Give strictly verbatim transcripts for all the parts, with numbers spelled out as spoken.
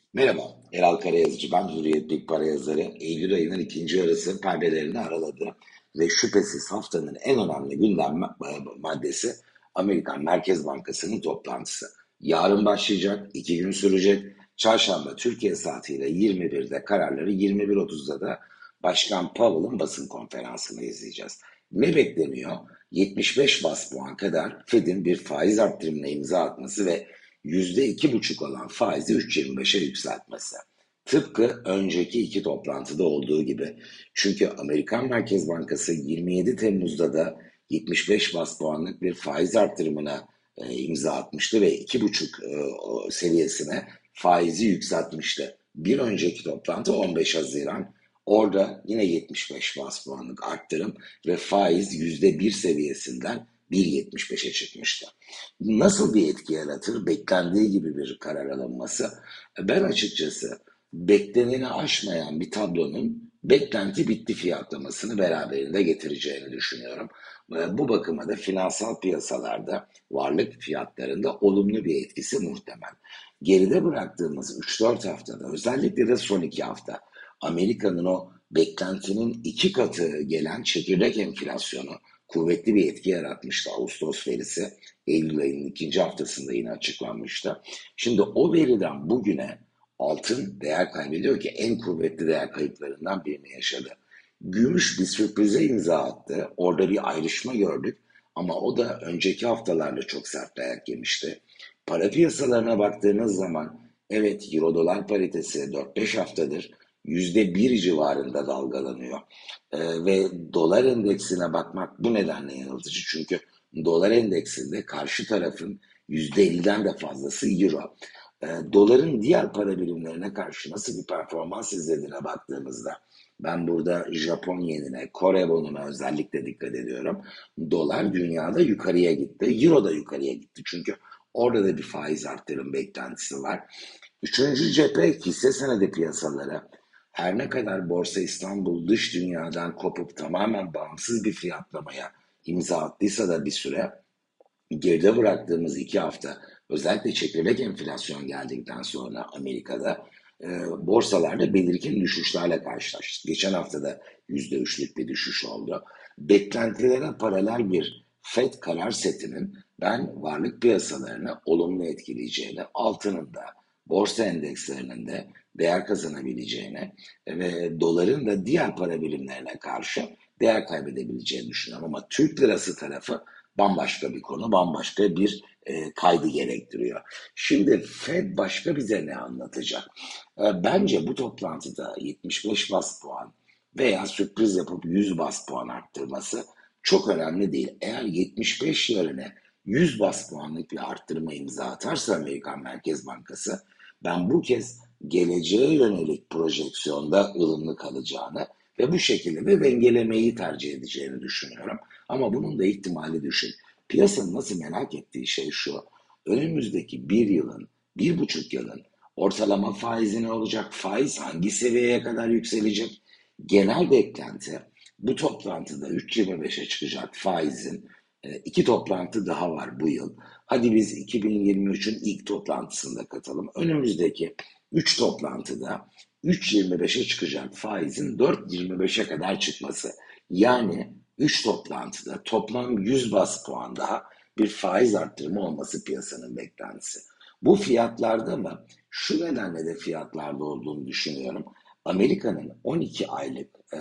Merhaba, Eral Karayazıcı. Ben Hürriyet Big Para yazarı. Eylül ayının ikinci yarısı perdelerini araladı ve şüphesiz haftanın en önemli gündem ma- maddesi Amerikan Merkez Bankası'nın toplantısı. Yarın başlayacak, iki gün sürecek. Çarşamba Türkiye saatiyle yirmi birde kararları, yirmi bir otuzda da Başkan Powell'ın basın konferansını izleyeceğiz. Ne bekleniyor? yetmiş beş bas puan kadar Fed'in bir faiz arttırımına imza atması ve yüzde iki buçuk olan faizi üç virgül yirmi beşe yükseltmesi. Tıpkı önceki iki toplantıda olduğu gibi. Çünkü Amerikan Merkez Bankası yirmi yedi Temmuz'da da yetmiş beş bas puanlık bir faiz artırımına e, imza atmıştı ve iki buçuk e, seviyesine faizi yükseltmişti. Bir önceki toplantı on beş Haziran. Orada yine yetmiş beş bas puanlık arttırım ve faiz yüzde bir seviyesinden bir virgül yetmiş beşe çıkmıştı. Nasıl bir etki yaratır? Beklendiği gibi bir karar alınması. Ben açıkçası bekleneni aşmayan bir tablonun beklenti bitti fiyatlamasını beraberinde getireceğini düşünüyorum. Bu bakıma da finansal piyasalarda varlık fiyatlarında olumlu bir etkisi muhtemel. Geride bıraktığımız üç dört haftada, özellikle de son iki hafta Amerika'nın o beklentinin iki katı gelen çekirdek enflasyonu kuvvetli bir etki yaratmıştı. Ağustos verisi Eylül ayının ikinci haftasında yine açıklanmıştı. Şimdi o veriden bugüne altın değer kaybediyor ki en kuvvetli değer kayıplarından birini yaşadı. Gümüş bir sürprize imza attı. Orada bir ayrışma gördük ama o da önceki haftalarla çok sert dayak yemişti. Para piyasalarına baktığınız zaman evet, euro dolar paritesi dört beş haftadır yüzde bir civarında dalgalanıyor. Ee, ve dolar endeksine bakmak bu nedenle yanıltıcı. Çünkü dolar endeksinde karşı tarafın yüzde elliden de fazlası euro. E, doların diğer para birimlerine karşı nasıl bir performans izlediğine baktığımızda ben burada Japon yenine, Kore wonuna özellikle dikkat ediyorum. Dolar dünyada yukarıya gitti, euro da yukarıya gitti. Çünkü orada da bir faiz arttırım beklentisi var. Üçüncü cephe hisse senedi piyasaları. Her ne kadar Borsa İstanbul dış dünyadan kopup tamamen bağımsız bir fiyatlamaya imza attıysa da bir süre geride bıraktığımız iki hafta özellikle çekirdek enflasyon geldikten sonra Amerika'da e, borsalarda belirgin düşüşlerle karşılaştık. Geçen hafta da yüzde üçlük bir düşüş oldu. Beklentilere paralel bir Fed karar setinin ben varlık piyasalarını olumlu etkileyeceğini, altının da borsa endekslerinin de değer kazanabileceğini ve doların da diğer para birimlerine karşı değer kaybedebileceğini düşünüyorum. Ama Türk lirası tarafı bambaşka bir konu, bambaşka bir e, kaydı gerektiriyor. Şimdi Fed başka bize ne anlatacak? E, bence bu toplantıda yetmiş beş bas puan veya sürpriz yapıp yüz bas puan arttırması çok önemli değil. Eğer yetmiş beş yerine yüz bas puanlık bir arttırma imza atarsa Amerikan Merkez Bankası, ben bu kez geleceğe yönelik projeksiyonda ılımlı kalacağını ve bu şekilde de dengelemeyi tercih edeceğini düşünüyorum. Ama bunun da ihtimali düşük. Piyasanın nasıl merak ettiği şey şu: önümüzdeki bir yılın, bir buçuk yılın ortalama faizi ne olacak? Faiz hangi seviyeye kadar yükselecek? Genel beklenti bu toplantıda üç virgül yirmi beşe çıkacak faizin e, iki toplantı daha var bu yıl. Hadi biz iki bin yirmi üçün ilk toplantısında katalım. Önümüzdeki üç toplantıda üç virgül yirmi beşe çıkacak faizin dört virgül yirmi beşe kadar çıkması. Yani üç toplantıda toplam yüz bas puan daha bir faiz arttırımı olması piyasanın beklentisi. Bu fiyatlarda mı? Şu nedenle de fiyatlarda olduğunu düşünüyorum. Amerika'nın on iki aylık e,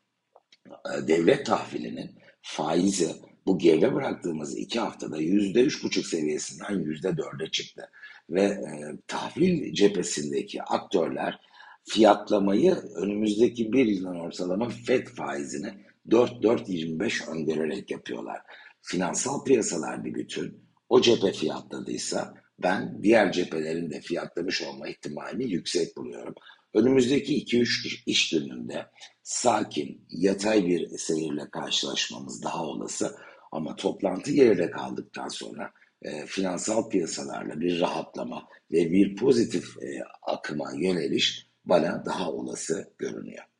e, devlet tahvilinin faizi bu geride bıraktığımız iki haftada yüzde üç buçuk seviyesinden yüzde dörde çıktı. Ve e, tahvil cephesindeki aktörler fiyatlamayı önümüzdeki bir yılın ortalama Fed faizini dört dört yirmi beş öngörerek yapıyorlar. Finansal piyasalar bir bütün. O cephe fiyatladıysa ben diğer cephelerin de fiyatlamış olma ihtimalini yüksek buluyorum. Önümüzdeki iki üç iş gününde sakin, yatay bir seyirle karşılaşmamız daha olası. Ama toplantı geride kaldıktan sonra e, finansal piyasalarla bir rahatlama ve bir pozitif e, akıma yöneliş bana daha olası görünüyor.